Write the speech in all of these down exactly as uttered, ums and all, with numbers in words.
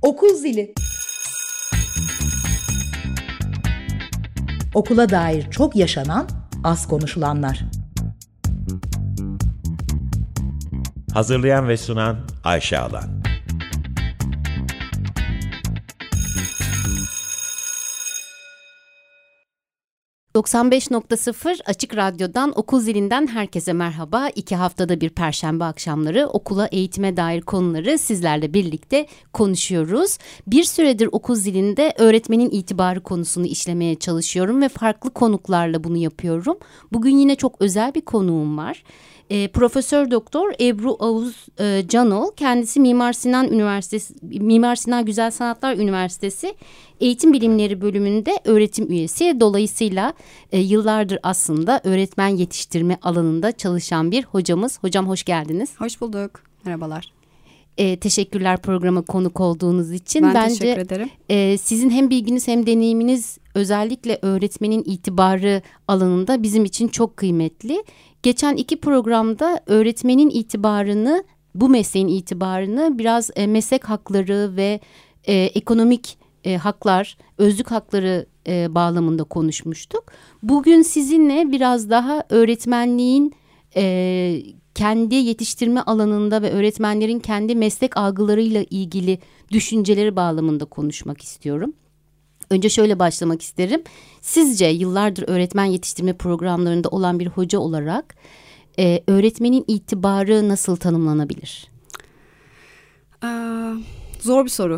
Okul zili. Okula dair çok yaşanan, az konuşulanlar. Hazırlayan ve sunan Ayşe Alan. doksan beş nokta sıfır Açık Radyo'dan Okul Zilinden herkese merhaba. İki haftada bir Perşembe akşamları okula, eğitime dair konuları sizlerle birlikte konuşuyoruz. Bir süredir Okul Zilinde öğretmenin itibarı konusunu işlemeye çalışıyorum ve farklı konuklarla bunu yapıyorum. Bugün yine çok özel bir konuğum var. E, Profesör Doktor Ebru Avuz e, Canol, kendisi Mimar Sinan Üniversitesi, Mimar Sinan Güzel Sanatlar Üniversitesi Eğitim Bilimleri bölümünde öğretim üyesi. Dolayısıyla e, yıllardır aslında öğretmen yetiştirme alanında çalışan bir hocamız. Hocam hoş geldiniz. Hoş bulduk. Merhabalar. E, teşekkürler programa konuk olduğunuz için. Ben Bence, teşekkür ederim. E, sizin hem bilginiz hem deneyiminiz özellikle öğretmenin itibarı alanında bizim için çok kıymetli. Geçen iki programda öğretmenin itibarını, bu mesleğin itibarını biraz e, meslek hakları ve e, ekonomik e, haklar, özlük hakları e, bağlamında konuşmuştuk. Bugün sizinle biraz daha öğretmenliğin e, kendi yetiştirme alanında ve öğretmenlerin kendi meslek algılarıyla ilgili düşünceleri bağlamında konuşmak istiyorum. Önce şöyle başlamak isterim. Sizce yıllardır öğretmen yetiştirme programlarında olan bir hoca olarak e, öğretmenin itibarı nasıl tanımlanabilir? Ee, zor bir soru.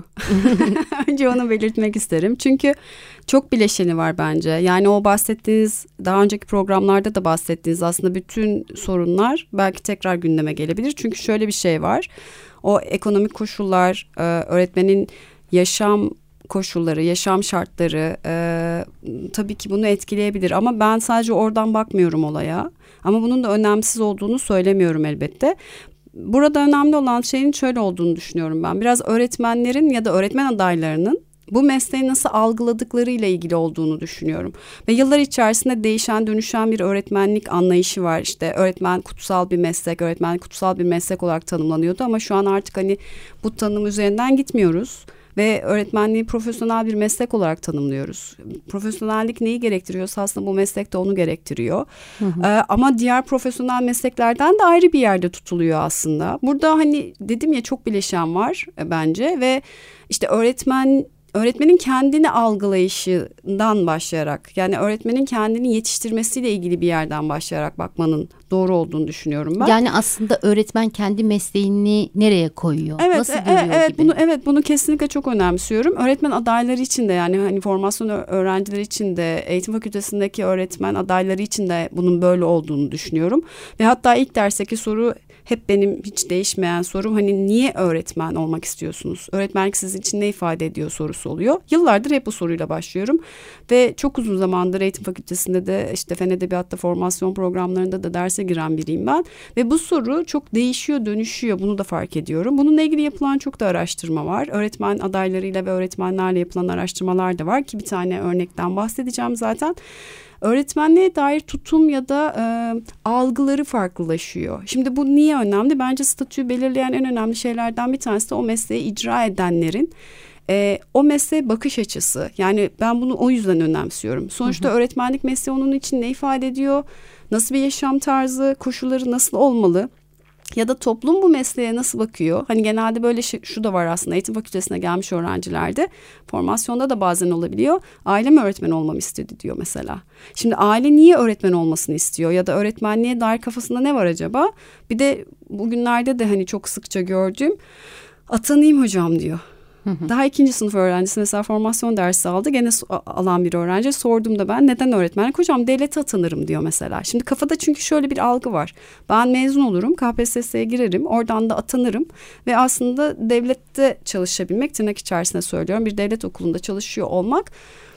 Önce onu belirtmek isterim. Çünkü çok bileşeni var bence. Yani o bahsettiğiniz, daha önceki programlarda da bahsettiğiniz aslında bütün sorunlar belki tekrar gündeme gelebilir. Çünkü şöyle bir şey var. O ekonomik koşullar, öğretmenin yaşam koşulları, yaşam şartları e, tabii ki bunu etkileyebilir ama ben sadece oradan bakmıyorum olaya. Ama bunun da önemsiz olduğunu söylemiyorum elbette. Burada önemli olan şeyin şöyle olduğunu düşünüyorum ben. Biraz öğretmenlerin ya da öğretmen adaylarının bu mesleği nasıl algıladıklarıyla ilgili olduğunu düşünüyorum. Ve yıllar içerisinde değişen, dönüşen bir öğretmenlik anlayışı var. İşte öğretmen kutsal bir meslek, öğretmen kutsal bir meslek olarak tanımlanıyordu ama şu an artık hani bu tanım üzerinden gitmiyoruz. Ve öğretmenliği profesyonel bir meslek olarak tanımlıyoruz. Profesyonellik neyi gerektiriyorsa aslında bu meslek de onu gerektiriyor. Hı hı. Ee, ama diğer profesyonel mesleklerden de ayrı bir yerde tutuluyor aslında. Burada hani dedim ya çok bileşen var e, bence ve işte öğretmen... Öğretmenin kendini algılayışından başlayarak, yani öğretmenin kendini yetiştirmesiyle ilgili bir yerden başlayarak bakmanın doğru olduğunu düşünüyorum ben. Yani aslında öğretmen kendi mesleğini nereye koyuyor? Evet, nasıl e, görüyor evet, gibi? Bunu, evet, bunu kesinlikle çok önemsiyorum. Öğretmen adayları için de, yani hani formasyon öğrencileri için de, eğitim fakültesindeki öğretmen adayları için de bunun böyle olduğunu düşünüyorum. Ve hatta ilk dersteki soru hep benim hiç değişmeyen sorum, hani niye öğretmen olmak istiyorsunuz? Öğretmenlik sizin için ne ifade ediyor sorusu oluyor. Yıllardır hep bu soruyla başlıyorum ve çok uzun zamandır eğitim fakültesinde de işte fen edebiyatta formasyon programlarında da derse giren biriyim ben. Ve bu soru çok değişiyor, dönüşüyor, bunu da fark ediyorum. Bununla ilgili yapılan çok da araştırma var. Öğretmen adaylarıyla ve öğretmenlerle yapılan araştırmalar da var ki bir tane örnekten bahsedeceğim zaten. Öğretmenliğe dair tutum ya da e, algıları farklılaşıyor. Şimdi bu niye önemli? Bence statüyü belirleyen en önemli şeylerden bir tanesi de o mesleği icra edenlerin e, o mesleğe bakış açısı. Yani ben bunu o yüzden önemsiyorum. Sonuçta hı hı. öğretmenlik mesleği onun için ne ifade ediyor? Nasıl bir yaşam tarzı, koşulları nasıl olmalı? Ya da toplum bu mesleğe nasıl bakıyor? Hani genelde böyle şey, şu da var aslında, eğitim fakültesine gelmiş öğrencilerde formasyonda da bazen olabiliyor. Ailem öğretmen olmamı istedi diyor mesela. Şimdi aile niye öğretmen olmasını istiyor ya da öğretmenliğe dair kafasında ne var acaba? Bir de bugünlerde de hani çok sıkça gördüğüm, atanayım hocam diyor. Daha ikinci sınıf öğrencisi mesela formasyon dersi aldı. Gene alan bir öğrenci, sordum da ben, neden öğretmenlik? Hocam devlete atanırım diyor mesela. Şimdi kafada çünkü şöyle bir algı var. Ben mezun olurum, K P S S'ye girerim, oradan da atanırım ve aslında devlette çalışabilmek, tırnak içerisinde söylüyorum, bir devlet okulunda çalışıyor olmak,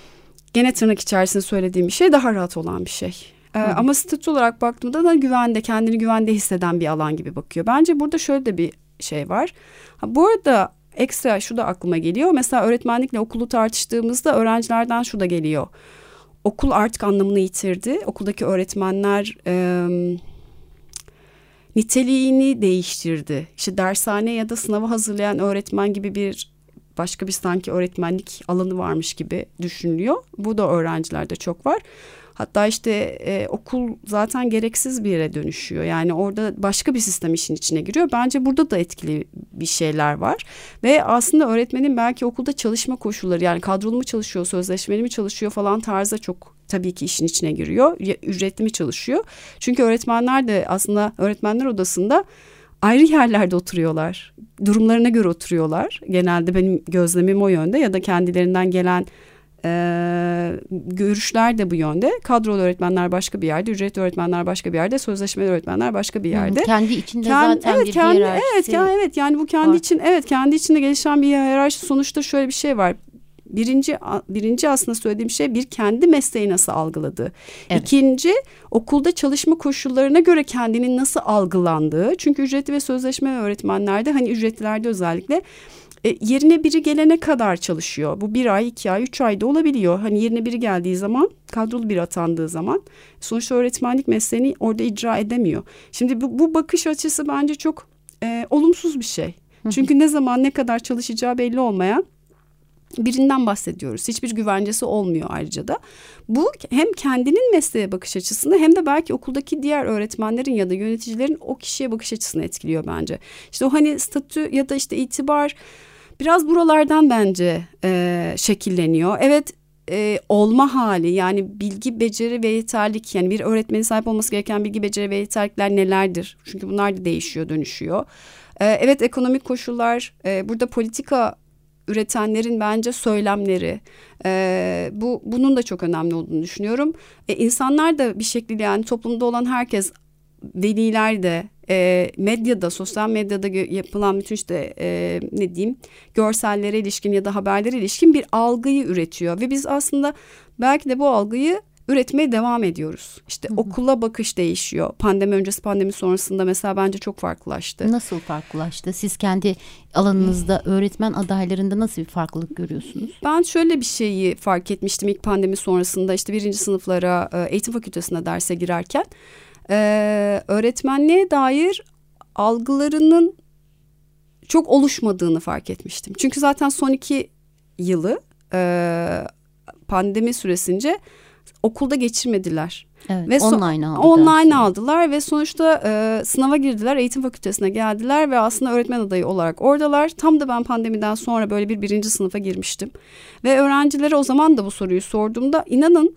gene tırnak içerisinde söylediğim bir şey, daha rahat olan bir şey. Ee, ama statü olarak baktığımda da güvende, kendini güvende hisseden bir alan gibi bakıyor. Bence burada şöyle de bir şey var. Ha, bu arada ekstra şu da aklıma geliyor. Mesela öğretmenlikle okulu tartıştığımızda öğrencilerden şu da geliyor. Okul artık anlamını yitirdi. Okuldaki öğretmenler e, niteliğini değiştirdi. İşte dershane ya da sınava hazırlayan öğretmen gibi bir başka bir sanki öğretmenlik alanı varmış gibi düşünülüyor. Bu da öğrencilerde çok var. Hatta işte e, okul zaten gereksiz bir yere dönüşüyor. Yani orada başka bir sistem işin içine giriyor. Bence burada da etkili bir şeyler var. Ve aslında öğretmenin belki okulda çalışma koşulları, yani kadrolu mu çalışıyor, sözleşmeli mi çalışıyor falan tarzda çok tabii ki işin içine giriyor. Ücretli mi çalışıyor? Çünkü öğretmenler de aslında öğretmenler odasında ayrı yerlerde oturuyorlar. Durumlarına göre oturuyorlar. Genelde benim gözlemim o yönde, ya da kendilerinden gelen Ee, görüşler de bu yönde. Kadrolu öğretmenler başka bir yerde, ücretli öğretmenler başka bir yerde, sözleşmeli öğretmenler başka bir yerde. Hmm, kendi içinde Kend, zaten evet, bir kendi, hiyerarşisi. Evet, yani, evet yani bu kendi var. için evet kendi içinde gelişen bir hiyerarşi. Sonuçta şöyle bir şey var. Birinci, birinci aslında söylediğim şey, bir, kendi mesleği nasıl algıladığı. Evet. İkinci, okulda çalışma koşullarına göre kendinin nasıl algılandığı. Çünkü ücretli ve sözleşmeli öğretmenlerde, hani ücretlilerde özellikle E, yerine biri gelene kadar çalışıyor. Bu bir ay, iki ay, üç ayda olabiliyor. Hani yerine biri geldiği zaman, kadrolu biri atandığı zaman sonuçta öğretmenlik mesleğini orada icra edemiyor. Şimdi bu, bu bakış açısı bence çok e, olumsuz bir şey. Çünkü ne zaman ne kadar çalışacağı belli olmayan birinden bahsediyoruz. Hiçbir güvencesi olmuyor ayrıca da. Bu hem kendinin mesleğe bakış açısını, hem de belki okuldaki diğer öğretmenlerin ya da yöneticilerin o kişiye bakış açısını etkiliyor bence. İşte o hani statü ya da işte itibar biraz buralardan bence e, şekilleniyor. Evet, e, olma hali, yani bilgi, beceri ve yeterlik, yani bir öğretmenin sahip olması gereken bilgi, beceri ve yeterlikler nelerdir? Çünkü bunlar da değişiyor, dönüşüyor. E, evet, ekonomik koşullar, e, burada politika üretenlerin bence söylemleri, e, bu bunun da çok önemli olduğunu düşünüyorum. E, insanlar da bir şekilde, yani toplumda olan herkes, veliler de, e, medyada, sosyal medyada yapılan bütün işte e, ne diyeyim görsellere ilişkin ya da haberlere ilişkin bir algıyı üretiyor ve biz aslında belki de bu algıyı üretmeye devam ediyoruz. İşte hı hı. Okula bakış değişiyor. Pandemi öncesi, pandemi sonrasında mesela bence çok farklılaştı. Nasıl farklılaştı? Siz kendi alanınızda öğretmen adaylarında nasıl bir farklılık görüyorsunuz? Ben şöyle bir şeyi fark etmiştim ilk pandemi sonrasında, işte birinci sınıflara eğitim fakültesine derse girerken. Ee, öğretmenliğe dair algılarının çok oluşmadığını fark etmiştim. Çünkü zaten son iki yılı e, pandemi süresince okulda geçirmediler. Evet, ve online, so- aldı online aldılar ve sonuçta e, sınava girdiler, eğitim fakültesine geldiler ve aslında öğretmen adayı olarak oradalar. Tam da ben pandemiden sonra böyle bir birinci sınıfa girmiştim ve öğrencilere o zaman da bu soruyu sorduğumda, inanın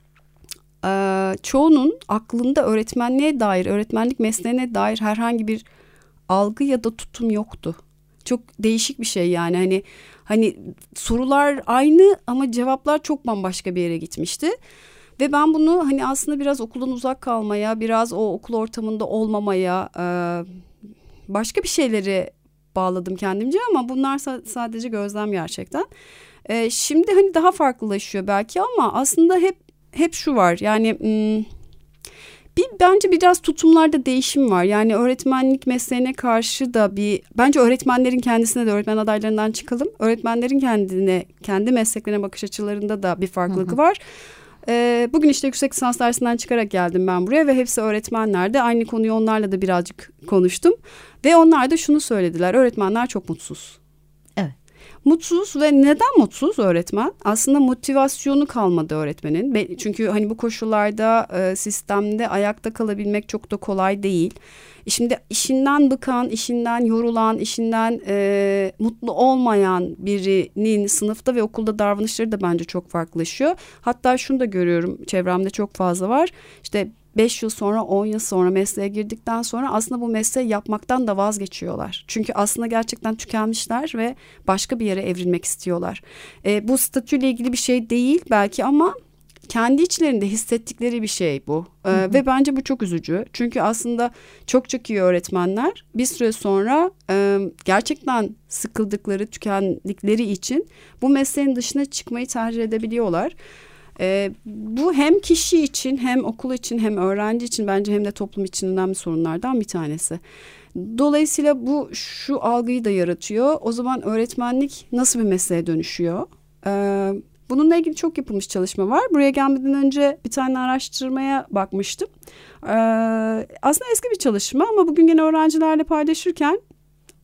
Ee, çoğunun aklında öğretmenliğe dair, öğretmenlik mesleğine dair herhangi bir algı ya da tutum yoktu. Çok değişik bir şey yani, hani hani sorular aynı ama cevaplar çok bambaşka bir yere gitmişti. Ve ben bunu hani aslında biraz okuldan uzak kalmaya, biraz o okul ortamında olmamaya, e, başka bir şeyleri bağladım kendimce, ama bunlar sa- sadece gözlem gerçekten. E, şimdi hani daha farklılaşıyor belki, ama aslında hep Hep şu var, yani bir bence biraz tutumlarda değişim var. Yani öğretmenlik mesleğine karşı da bir, bence öğretmenlerin kendisine de, öğretmen adaylarından çıkalım. Öğretmenlerin kendine, kendi mesleklerine bakış açılarında da bir farklılık hı hı. var. Ee, bugün işte yüksek lisans dersinden çıkarak geldim ben buraya ve hepsi öğretmenlerdi. Aynı konuyu onlarla da birazcık konuştum. Ve onlar da şunu söylediler: öğretmenler çok mutsuz. Evet. Mutsuz ve neden mutsuz öğretmen? Aslında motivasyonu kalmadı öğretmenin. Çünkü hani bu koşullarda e, sistemde ayakta kalabilmek çok da kolay değil. Şimdi işinden bıkan, işinden yorulan, işinden e, mutlu olmayan birinin sınıfta ve okulda davranışları da bence çok farklılaşıyor. Hatta şunu da görüyorum, çevremde çok fazla var. İşte beş yıl sonra, on yıl sonra mesleğe girdikten sonra aslında bu mesleği yapmaktan da vazgeçiyorlar. Çünkü aslında gerçekten tükenmişler ve başka bir yere evrilmek istiyorlar. E, bu statüyle ilgili bir şey değil belki, ama kendi içlerinde hissettikleri bir şey bu. E, hı hı. Ve bence bu çok üzücü. Çünkü aslında çok çok iyi öğretmenler bir süre sonra e, gerçekten sıkıldıkları, tükendikleri için bu mesleğin dışına çıkmayı tercih edebiliyorlar. Ee, bu hem kişi için, hem okul için, hem öğrenci için, bence hem de toplum için önemli sorunlardan bir tanesi. Dolayısıyla bu şu algıyı da yaratıyor. O zaman öğretmenlik nasıl bir mesleğe dönüşüyor? Ee, bununla ilgili çok yapılmış çalışma var. Buraya gelmeden önce bir tane araştırmaya bakmıştım. Ee, aslında eski bir çalışma ama bugün yine öğrencilerle paylaşırken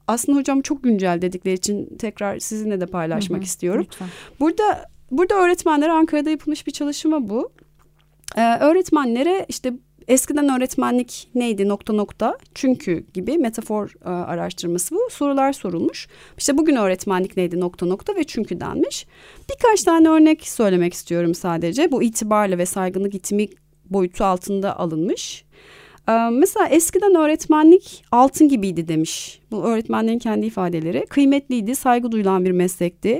aslında hocam çok güncel dedikleri için tekrar sizinle de paylaşmak hı hı, istiyorum. Lütfen. Burada burada öğretmenlere Ankara'da yapılmış bir çalışma bu. Ee, öğretmenlere işte eskiden öğretmenlik neydi nokta nokta çünkü gibi metafor e, araştırması bu. Sorular sorulmuş. İşte bugün öğretmenlik neydi nokta nokta ve çünkü denmiş. Birkaç tane örnek söylemek istiyorum sadece. Bu itibarla ve saygınlık itimi boyutu altında alınmış. Ee, mesela eskiden öğretmenlik altın gibiydi demiş. Bu öğretmenlerin kendi ifadeleri. Kıymetliydi, saygı duyulan bir meslekti.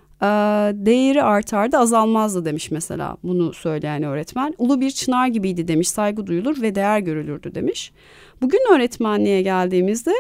Değeri artardı, azalmazdı demiş mesela bunu söyleyen öğretmen. Ulu bir çınar gibiydi demiş, saygı duyulur ve değer görülürdü demiş. Bugün öğretmenliğe geldiğimizde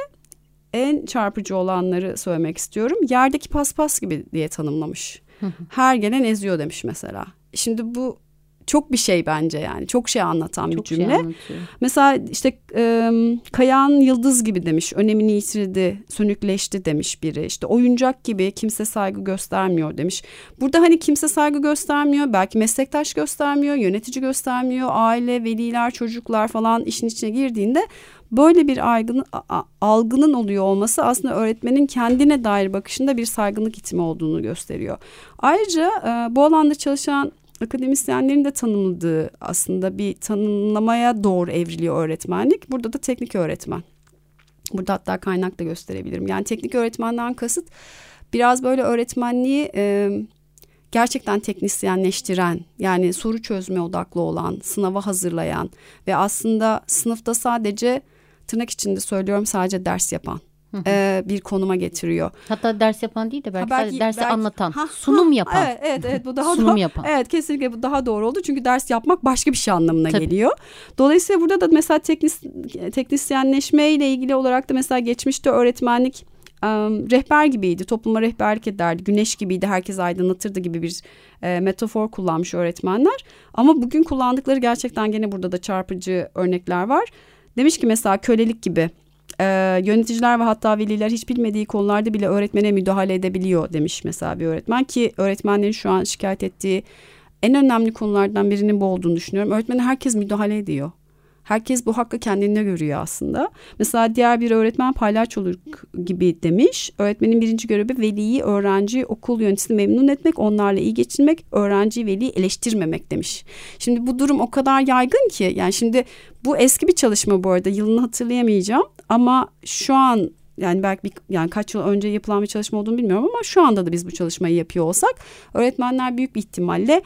en çarpıcı olanları söylemek istiyorum. Yerdeki paspas gibi diye tanımlamış. Her gelen eziyor demiş mesela. Şimdi bu çok bir şey bence yani. Çok şey anlatan çok bir cümle. Şey mesela işte e, Kayağın yıldız gibi demiş. Önemini yitirdi, sönükleşti demiş biri. İşte oyuncak gibi kimse saygı göstermiyor demiş. Burada hani kimse saygı göstermiyor. Belki meslektaş göstermiyor, yönetici göstermiyor. Aile, veliler, çocuklar falan işin içine girdiğinde böyle bir algının, algının oluyor olması aslında öğretmenin kendine dair bakışında bir saygınlık itimi olduğunu gösteriyor. Ayrıca e, bu alanda çalışan akademisyenlerin de tanımladığı aslında bir tanımlamaya doğru evriliyor öğretmenlik. Burada da teknik öğretmen. Burada hatta kaynak da gösterebilirim. Yani teknik öğretmenden kasıt biraz böyle öğretmenliği e, gerçekten teknisyenleştiren, yani soru çözme odaklı olan, sınava hazırlayan ve aslında sınıfta sadece, tırnak içinde söylüyorum, sadece ders yapan. Hı hı. E, bir konuma getiriyor. Hatta ders yapan değil de belki, ha, belki dersi belki, anlatan, ha, sunum ha, yapan. Evet, evet, evet bu daha sunum da, yapan. Evet, kesinlikle bu daha doğru oldu. Çünkü ders yapmak başka bir şey anlamına Tabii. geliyor. Dolayısıyla burada da mesela teknis, teknisyenleşme ile ilgili olarak da mesela geçmişte öğretmenlik um, rehber gibiydi. Topluma rehberlik ederdi. Güneş gibiydi. Herkes aydınlatırdı gibi bir e, metafor kullanmış öğretmenler. Ama bugün kullandıkları gerçekten gene burada da çarpıcı örnekler var. Demiş ki mesela kölelik gibi. Ee, yöneticiler ve hatta veliler hiç bilmediği konularda bile öğretmene müdahale edebiliyor demiş mesela bir öğretmen, ki öğretmenlerin şu an şikayet ettiği en önemli konulardan birinin bu olduğunu düşünüyorum. Öğretmene herkes müdahale ediyor. Herkes bu hakkı kendine görüyor aslında. Mesela diğer bir öğretmen palyaçoluk gibi demiş. Öğretmenin birinci görevi veliyi, öğrenciyi, okul yöneticisini memnun etmek, onlarla iyi geçinmek, öğrenciyi, veliyi eleştirmemek demiş. Şimdi bu durum o kadar yaygın ki, yani şimdi bu eski bir çalışma bu arada, yılını hatırlayamayacağım ama şu an, yani belki bir, yani kaç yıl önce yapılan bir çalışma olduğunu bilmiyorum ama şu anda da biz bu çalışmayı yapıyor olsak öğretmenler büyük bir ihtimalle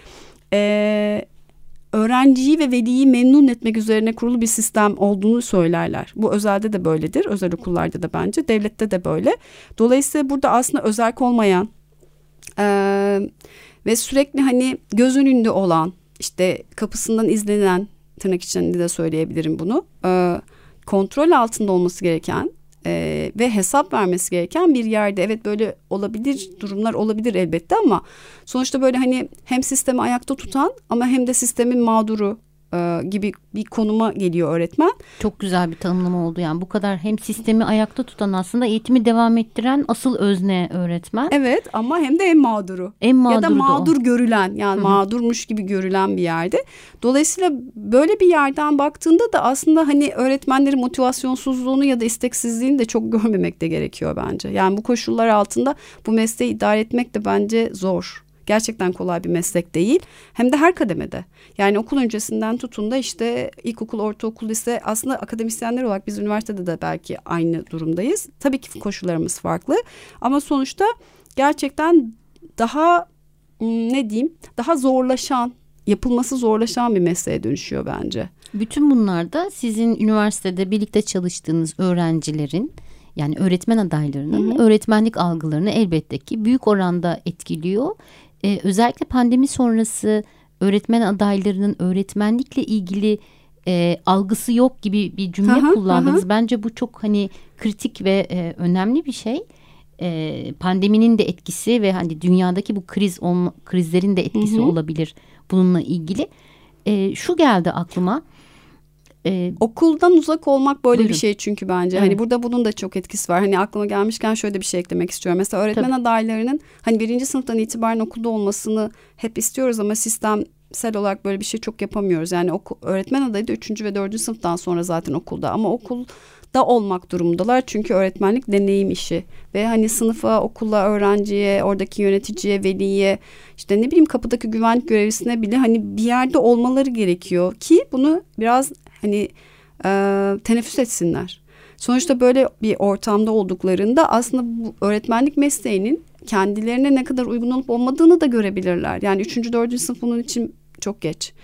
eee öğrenciyi ve veliyi memnun etmek üzerine kurulu bir sistem olduğunu söylerler. Bu özelde de böyledir. Özel okullarda da bence. Devlette de böyle. Dolayısıyla burada aslında özerk olmayan e, ve sürekli hani göz önünde olan, işte kapısından izlenen, tırnak içinde de söyleyebilirim bunu, e, kontrol altında olması gereken Ee, ve hesap vermesi gereken bir yerde. Evet, böyle olabilir durumlar olabilir elbette ama sonuçta böyle hani hem sistemi ayakta tutan ama hem de sistemin mağduru e, gibi bir konuma geliyor öğretmen. Çok güzel bir tanımlama oldu yani, bu kadar hem sistemi ayakta tutan, aslında eğitimi devam ettiren asıl özne öğretmen. Evet, ama hem de en mağduru. En mağduru ya da mağdur o. görülen, yani Hı-hı. mağdurmuş gibi görülen bir yerde. Dolayısıyla böyle bir yerden baktığında da aslında hani öğretmenlerin motivasyonsuzluğunu ya da isteksizliğini de çok görmemek de gerekiyor bence. Yani bu koşullar altında bu mesleği idare etmek de bence zor. Gerçekten kolay bir meslek değil. Hem de her kademede. Yani okul öncesinden tutun da işte ilkokul, ortaokul, lise, aslında akademisyenler olarak biz üniversitede de belki aynı durumdayız. Tabii ki koşullarımız farklı. Ama sonuçta gerçekten daha ne diyeyim, daha zorlaşan, yapılması zorlaşan bir mesleğe dönüşüyor bence. Bütün bunlar da sizin üniversitede birlikte çalıştığınız öğrencilerin, yani öğretmen adaylarının hı hı. öğretmenlik algılarını elbette ki büyük oranda etkiliyor. Ee, özellikle pandemi sonrası öğretmen adaylarının öğretmenlikle ilgili e, algısı yok gibi bir cümle hı hı, kullandınız. Hı. Bence bu çok hani kritik ve e, önemli bir şey. E, pandeminin de etkisi ve hani dünyadaki bu kriz olma, krizlerin de etkisi hı hı. olabilir bununla ilgili. E, şu geldi aklıma. Ee, Okuldan uzak olmak böyle buyurun. Bir şey çünkü bence. Evet. Hani burada bunun da çok etkisi var. Hani aklıma gelmişken şöyle bir şey eklemek istiyorum. Mesela öğretmen Tabii. adaylarının hani birinci sınıftan itibaren okulda olmasını hep istiyoruz ama sistemsel olarak böyle bir şey çok yapamıyoruz. Yani okul, öğretmen adayı da üçüncü ve dördüncü sınıftan sonra zaten okulda. Ama okul da olmak durumundalar. Çünkü öğretmenlik deneyim işi ve hani sınıfa, okula, öğrenciye, oradaki yöneticiye, veliye, işte ne bileyim kapıdaki güvenlik görevlisine bile hani bir yerde olmaları gerekiyor ki bunu biraz hani e, teneffüs etsinler. Sonuçta böyle bir ortamda olduklarında aslında bu öğretmenlik mesleğinin kendilerine ne kadar uygun olup olmadığını da görebilirler. Yani üçüncü, dördüncü sınıf bunun için çok geç.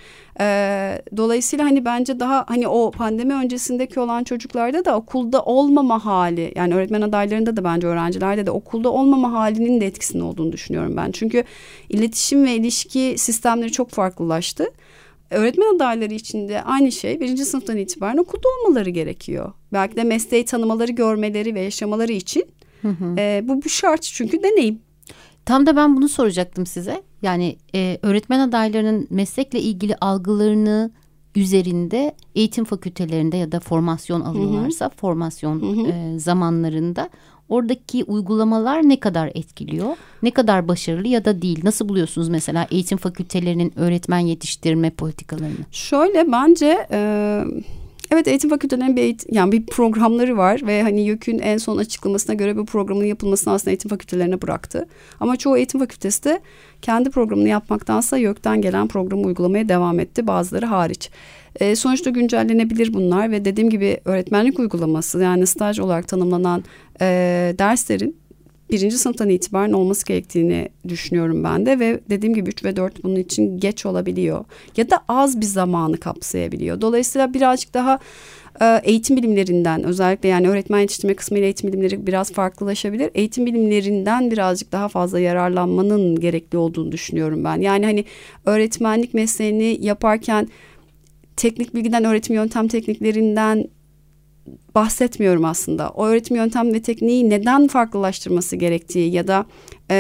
Ee, dolayısıyla hani bence daha hani o pandemi öncesindeki olan çocuklarda da okulda olmama hali, yani öğretmen adaylarında da bence öğrencilerde de okulda olmama halinin de etkisinin olduğunu düşünüyorum ben. Çünkü iletişim ve ilişki sistemleri çok farklılaştı. Öğretmen adayları için de aynı şey, birinci sınıftan itibaren okulda olmaları gerekiyor. Belki de mesleği tanımaları, görmeleri ve yaşamaları için hı hı. E, bu, bu şart çünkü deneyim. Tam da ben bunu soracaktım size. Yani e, öğretmen adaylarının meslekle ilgili algılarını üzerinde eğitim fakültelerinde ya da formasyon alıyorlarsa hı hı. formasyon hı hı. E, zamanlarında oradaki uygulamalar ne kadar etkiliyor? Ne kadar başarılı ya da değil? Nasıl buluyorsunuz mesela eğitim fakültelerinin öğretmen yetiştirme politikalarını? Şöyle bence... E... Evet, eğitim fakültelerinin bir eğitim, yani bir programları var ve hani YÖK'ün en son açıklamasına göre bu programın yapılmasını aslında eğitim fakültelerine bıraktı. Ama çoğu eğitim fakültesi de kendi programını yapmaktansa YÖK'ten gelen programı uygulamaya devam etti, bazıları hariç. E, sonuçta güncellenebilir bunlar ve dediğim gibi öğretmenlik uygulaması, yani staj olarak tanımlanan e, derslerin birinci sınıftan itibaren olması gerektiğini düşünüyorum ben de ve dediğim gibi üç ve dört bunun için geç olabiliyor ya da az bir zamanı kapsayabiliyor. Dolayısıyla birazcık daha e, eğitim bilimlerinden, özellikle yani öğretmen yetiştirme kısmıyla eğitim bilimleri biraz farklılaşabilir. Eğitim bilimlerinden birazcık daha fazla yararlanmanın gerekli olduğunu düşünüyorum ben. Yani hani öğretmenlik mesleğini yaparken teknik bilgiden, öğretim yöntem tekniklerinden bahsetmiyorum aslında. O öğretim yöntem ve tekniği neden farklılaştırması gerektiği ya da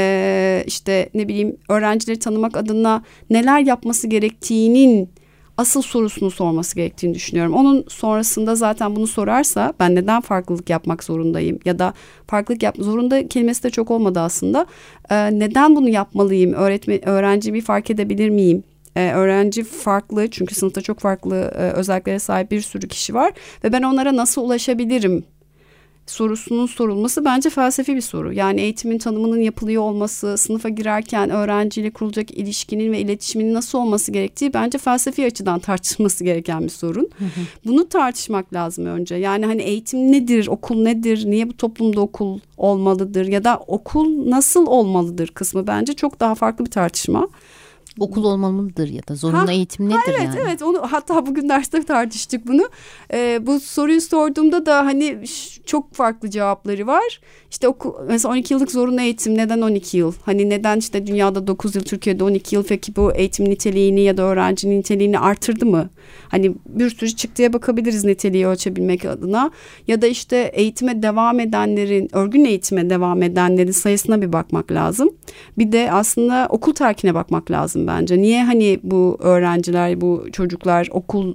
e, işte ne bileyim öğrencileri tanımak adına neler yapması gerektiğinin asıl sorusunu sorması gerektiğini düşünüyorum. Onun sonrasında zaten bunu sorarsa ben neden farklılık yapmak zorundayım ya da farklılık yapmak zorunda kelimesi de çok olmadı aslında. E, neden bunu yapmalıyım? Öğretmen, öğrenciyi fark edebilir miyim? Ee, öğrenci farklı, çünkü sınıfta çok farklı e, özelliklere sahip bir sürü kişi var ve ben onlara nasıl ulaşabilirim sorusunun sorulması bence felsefi bir soru. Yani eğitimin tanımının yapılıyor olması, sınıfa girerken öğrenciyle kurulacak ilişkinin ve iletişimin nasıl olması gerektiği bence felsefi açıdan tartışılması gereken bir sorun. Hı hı. Bunu tartışmak lazım önce. Yani hani eğitim nedir, okul nedir, niye bu toplumda okul olmalıdır ya da okul nasıl olmalıdır kısmı bence çok daha farklı bir tartışma. Okul olmalıdır ya da zorunlu ha, eğitim nedir evet, yani? Evet evet onu hatta bugün derste tartıştık bunu. Ee, bu soruyu sorduğumda da hani çok farklı cevapları var. İşte okul, mesela on iki yıllık zorunlu eğitim neden on iki yıl? Hani neden işte dünyada dokuz yıl, Türkiye'de on iki yıl, peki bu eğitim niteliğini ya da öğrencinin niteliğini artırdı mı? Hani bir sürü çıktıya bakabiliriz niteliği ölçebilmek adına. Ya da işte eğitime devam edenlerin, örgün eğitime devam edenlerin sayısına bir bakmak lazım. Bir de aslında okul terkine bakmak lazım bence. Niye hani bu öğrenciler, bu çocuklar okulu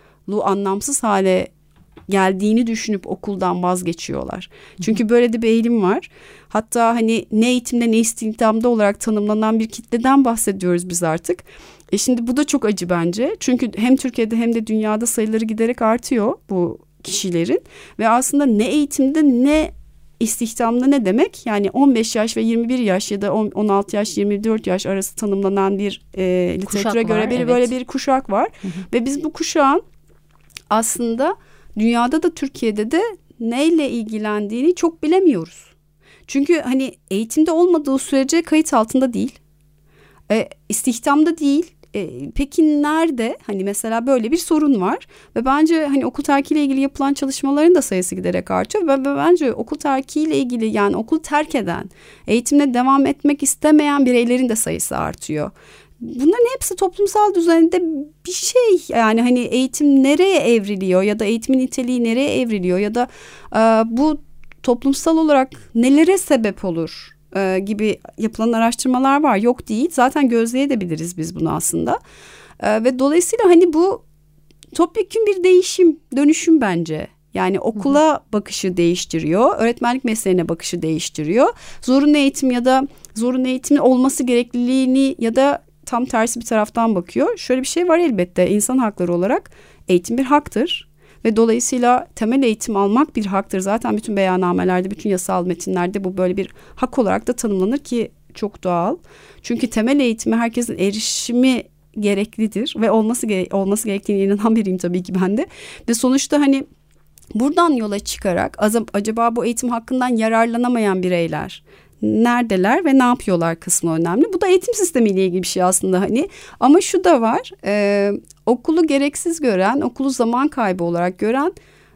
anlamsız hale geldiğini düşünüp okuldan vazgeçiyorlar? Çünkü böyle de bir eğilim var. Hatta hani ne eğitimde ne istihdamda olarak tanımlanan bir kitleden bahsediyoruz biz artık. E şimdi bu da çok acı bence. Çünkü hem Türkiye'de hem de dünyada sayıları giderek artıyor bu kişilerin. Ve aslında ne eğitimde ne istihdamda ne demek? Yani on beş yaş ve yirmi bir yaş ya da on altı yaş yirmi dört yaş arası tanımlanan bir e, literatüre göre var, bir, evet. böyle bir kuşak var. Hı hı. Ve biz bu kuşağın aslında dünyada da Türkiye'de de neyle ilgilendiğini çok bilemiyoruz. Çünkü hani eğitimde olmadığı sürece kayıt altında değil. E, istihdamda değil. E, peki nerede? Hani mesela böyle bir sorun var ve bence hani okul terkiyle ilgili yapılan çalışmaların da sayısı giderek artıyor ve, ve bence okul terkiyle ilgili, yani okul terk eden, eğitimle devam etmek istemeyen bireylerin de sayısı artıyor. Bunların hepsi toplumsal düzende bir şey, yani hani eğitim nereye evriliyor ya da eğitimin niteliği nereye evriliyor ya da e, bu toplumsal olarak nelere sebep olur e, gibi yapılan araştırmalar var. Yok değil, zaten gözleyebiliriz biz bunu aslında e, ve dolayısıyla hani bu topyekün bir değişim, dönüşüm bence. Yani okula hı hı. bakışı değiştiriyor, öğretmenlik mesleğine bakışı değiştiriyor. Zorunlu eğitim ya da zorunlu eğitimin olması gerekliliğini ya da tam tersi bir taraftan bakıyor. Şöyle bir şey var elbette, insan hakları olarak eğitim bir haktır ve dolayısıyla temel eğitim almak bir haktır. Zaten bütün beyannamelerde, bütün yasal metinlerde bu böyle bir hak olarak da tanımlanır ki çok doğal. Çünkü temel eğitime herkesin erişimi gereklidir ve olması gere- olması gerektiğine inanan biriyim tabii ki ben de. Ve sonuçta hani buradan yola çıkarak acaba bu eğitim hakkından yararlanamayan bireyler neredeler ve ne yapıyorlar kısmı önemli. Bu da eğitim sistemiyle ilgili bir şey aslında hani. Ama şu da var, e, okulu gereksiz gören, okulu zaman kaybı olarak gören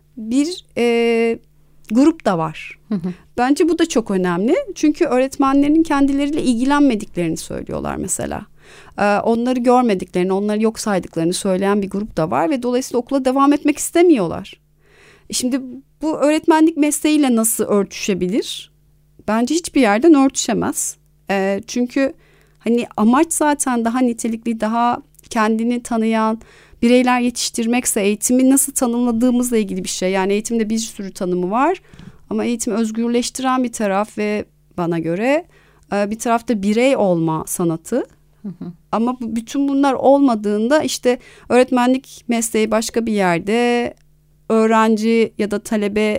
bir e, grup da var. Hı hı. Bence bu da çok önemli. Çünkü öğretmenlerin kendileriyle ilgilenmediklerini söylüyorlar mesela. Ee, onları görmediklerini, onları yok saydıklarını söyleyen bir grup da var ve dolayısıyla okula devam etmek istemiyorlar. Şimdi bu öğretmenlik mesleğiyle nasıl örtüşebilir? Bence hiçbir yerden örtüşemez. Ee, çünkü hani amaç zaten daha nitelikli, daha kendini tanıyan bireyler yetiştirmekse eğitimi nasıl tanımladığımızla ilgili bir şey. Yani eğitimde bir sürü tanımı var ama eğitimi özgürleştiren bir taraf ve bana göre bir tarafta birey olma sanatı. Hı hı. Ama bütün bunlar olmadığında işte öğretmenlik mesleği başka bir yerde, öğrenci ya da talebe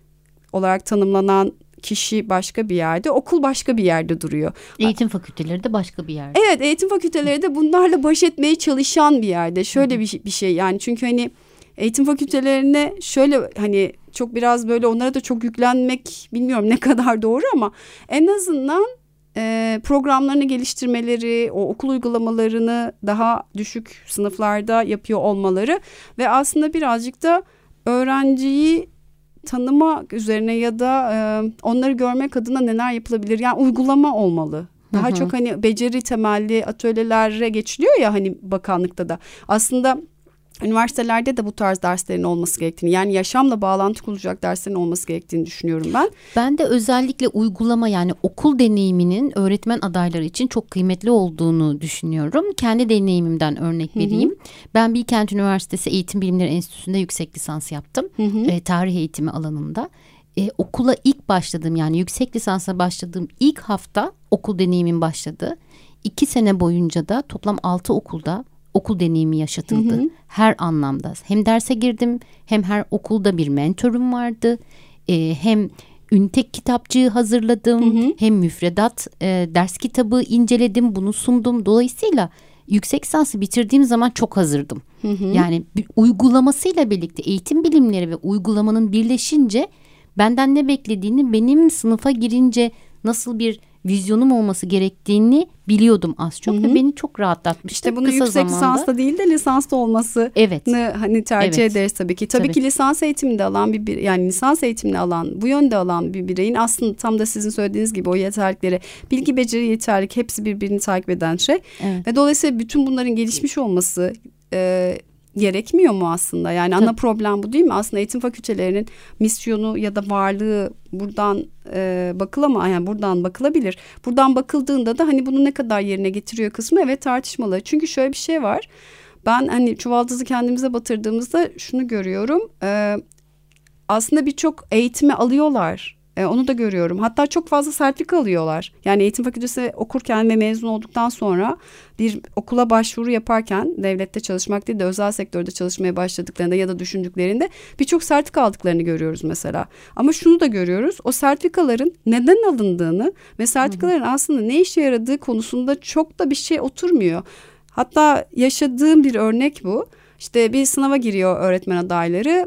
olarak tanımlanan kişi başka bir yerde, okul başka bir yerde duruyor. Eğitim fakülteleri de başka bir yerde. Evet, eğitim fakülteleri de bunlarla baş etmeye çalışan bir yerde. Şöyle bir, bir şey yani, çünkü hani eğitim fakültelerine şöyle hani çok biraz böyle onlara da çok yüklenmek bilmiyorum ne kadar doğru ama en azından e, programlarını geliştirmeleri, o okul uygulamalarını daha düşük sınıflarda yapıyor olmaları ve aslında birazcık da öğrenciyi tanımak üzerine ya da e, onları görmek adına neler yapılabilir? Yani uygulama olmalı. Daha hı hı. çok hani beceri temelli atölyelere geçiliyor ya hani bakanlıkta da. Aslında üniversitelerde de bu tarz derslerin olması gerektiğini, yani yaşamla bağlantı kurulacak derslerin olması gerektiğini düşünüyorum ben. Ben de özellikle uygulama, yani okul deneyiminin öğretmen adayları için çok kıymetli olduğunu düşünüyorum. Kendi deneyimimden örnek vereyim. Hı hı. Ben Bilkent Üniversitesi Eğitim Bilimleri Enstitüsü'nde yüksek lisans yaptım. Hı hı. E, tarih eğitimi alanında. E, okula ilk başladığım, yani yüksek lisansa başladığım ilk hafta okul deneyimim başladı. İki sene boyunca da toplam altı okulda okul deneyimi yaşatıldı. Hı hı. Her anlamda. Hem derse girdim, hem her okulda bir mentorum vardı. Ee, hem ünite kitapçığı hazırladım. Hı hı. Hem müfredat e, ders kitabı inceledim. Bunu sundum. Dolayısıyla yüksek lisansı bitirdiğim zaman çok hazırdım. Hı hı. Yani bir uygulamasıyla birlikte eğitim bilimleri ve uygulamanın birleşince benden ne beklediğini, benim sınıfa girince nasıl bir vizyonum olması gerektiğini biliyordum az çok. Hı hı. Ve beni çok rahatlatmıştı. İşte bunu yüksek zamanda. Lisansta değil de lisansta olması evet. hani tercih evet. ederiz tabii ki. Tabii, tabii ki lisans eğitiminde alan bir, bir yani lisans eğitimini alan, bu yönde alan bir bireyin aslında tam da sizin söylediğiniz gibi o yeterlikleri, bilgi, beceri, yeterlik hepsi birbirini takip eden şey. Evet. Ve dolayısıyla bütün bunların gelişmiş olması e, gerekmiyor mu aslında? Yani ana problem bu değil mi? Aslında eğitim fakültelerinin misyonu ya da varlığı buradan e, bakılamaz. Yani buradan bakılabilir. Buradan bakıldığında da hani bunu ne kadar yerine getiriyor kısmı evet tartışmalı. Çünkü şöyle bir şey var. Ben hani çuvaldızı kendimize batırdığımızda şunu görüyorum. E, aslında birçok eğitimi alıyorlar. E, onu da görüyorum. Hatta çok fazla sertifika alıyorlar. Yani eğitim fakültesi okurken ve mezun olduktan sonra bir okula başvuru yaparken, devlette çalışmak değil de özel sektörde çalışmaya başladıklarında ya da düşündüklerinde birçok sertifika aldıklarını görüyoruz mesela. Ama şunu da görüyoruz. O sertifikaların neden alındığını ve sertifikaların aslında ne işe yaradığı konusunda çok da bir şey oturmuyor. Hatta yaşadığım bir örnek bu. İşte bir sınava giriyor öğretmen adayları.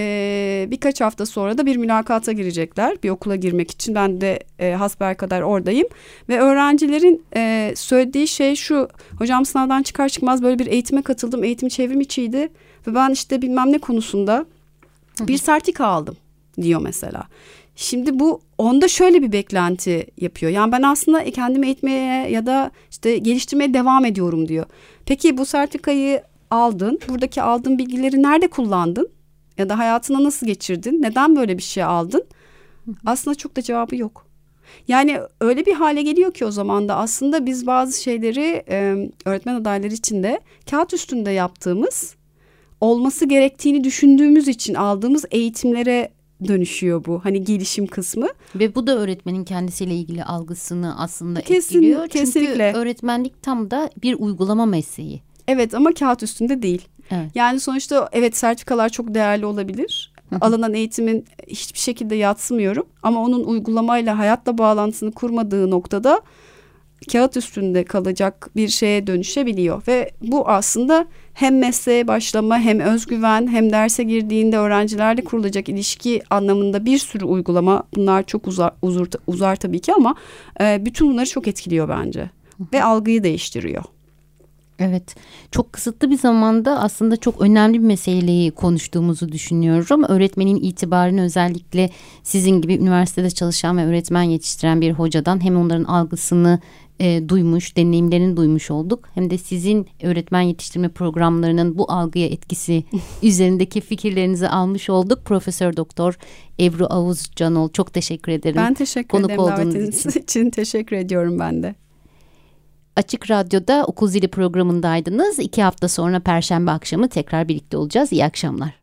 Ee, birkaç hafta sonra da bir mülakata girecekler bir okula girmek için. Ben de e, hasbelkader oradayım ve öğrencilerin e, söylediği şey şu: hocam sınavdan çıkar çıkmaz böyle bir eğitime katıldım, eğitim çevrim içiydi ve ben işte bilmem ne konusunda bir sertifika aldım diyor mesela. Şimdi bu onda şöyle bir beklenti yapıyor. Yani ben aslında kendimi eğitmeye ya da işte geliştirmeye devam ediyorum diyor. Peki bu sertifikayı aldın, buradaki aldığın bilgileri nerede kullandın? Ya da hayatına nasıl geçirdin? Neden böyle bir şey aldın? Aslında çok da cevabı yok. Yani öyle bir hale geliyor ki o zaman da aslında biz bazı şeyleri e, öğretmen adayları için de kağıt üstünde yaptığımız, olması gerektiğini düşündüğümüz için aldığımız eğitimlere dönüşüyor bu. Hani gelişim kısmı. Ve bu da öğretmenin kendisiyle ilgili algısını aslında Kesin, etkiliyor. Kesinlikle. Çünkü öğretmenlik tam da bir uygulama mesleği. Evet ama kağıt üstünde değil. Evet. Yani sonuçta evet sertifikalar çok değerli olabilir. Alınan eğitimin hiçbir şekilde yadsımıyorum. Ama onun uygulamayla hayatla bağlantısını kurmadığı noktada kağıt üstünde kalacak bir şeye dönüşebiliyor. Ve bu aslında hem mesleğe başlama, hem özgüven, hem derse girdiğinde öğrencilerle kurulacak ilişki anlamında bir sürü uygulama. Bunlar çok uzar, uzar, uzar tabii ki ama e, bütün bunları çok etkiliyor bence. Ve algıyı değiştiriyor. Evet, çok kısıtlı bir zamanda aslında çok önemli bir meseleyi konuştuğumuzu düşünüyorum. Öğretmenin itibarını özellikle sizin gibi üniversitede çalışan ve öğretmen yetiştiren bir hocadan hem onların algısını e, duymuş, deneyimlerini duymuş olduk. Hem de sizin öğretmen yetiştirme programlarının bu algıya etkisi üzerindeki fikirlerinizi almış olduk. Profesör Doktor Ebru Avuz Canol, çok teşekkür ederim. Ben teşekkür Konuk ederim davetiniz için. için. Teşekkür ediyorum ben de. Açık Radyo'da Okul Zili programındaydınız. İki hafta sonra Perşembe akşamı tekrar birlikte olacağız. İyi akşamlar.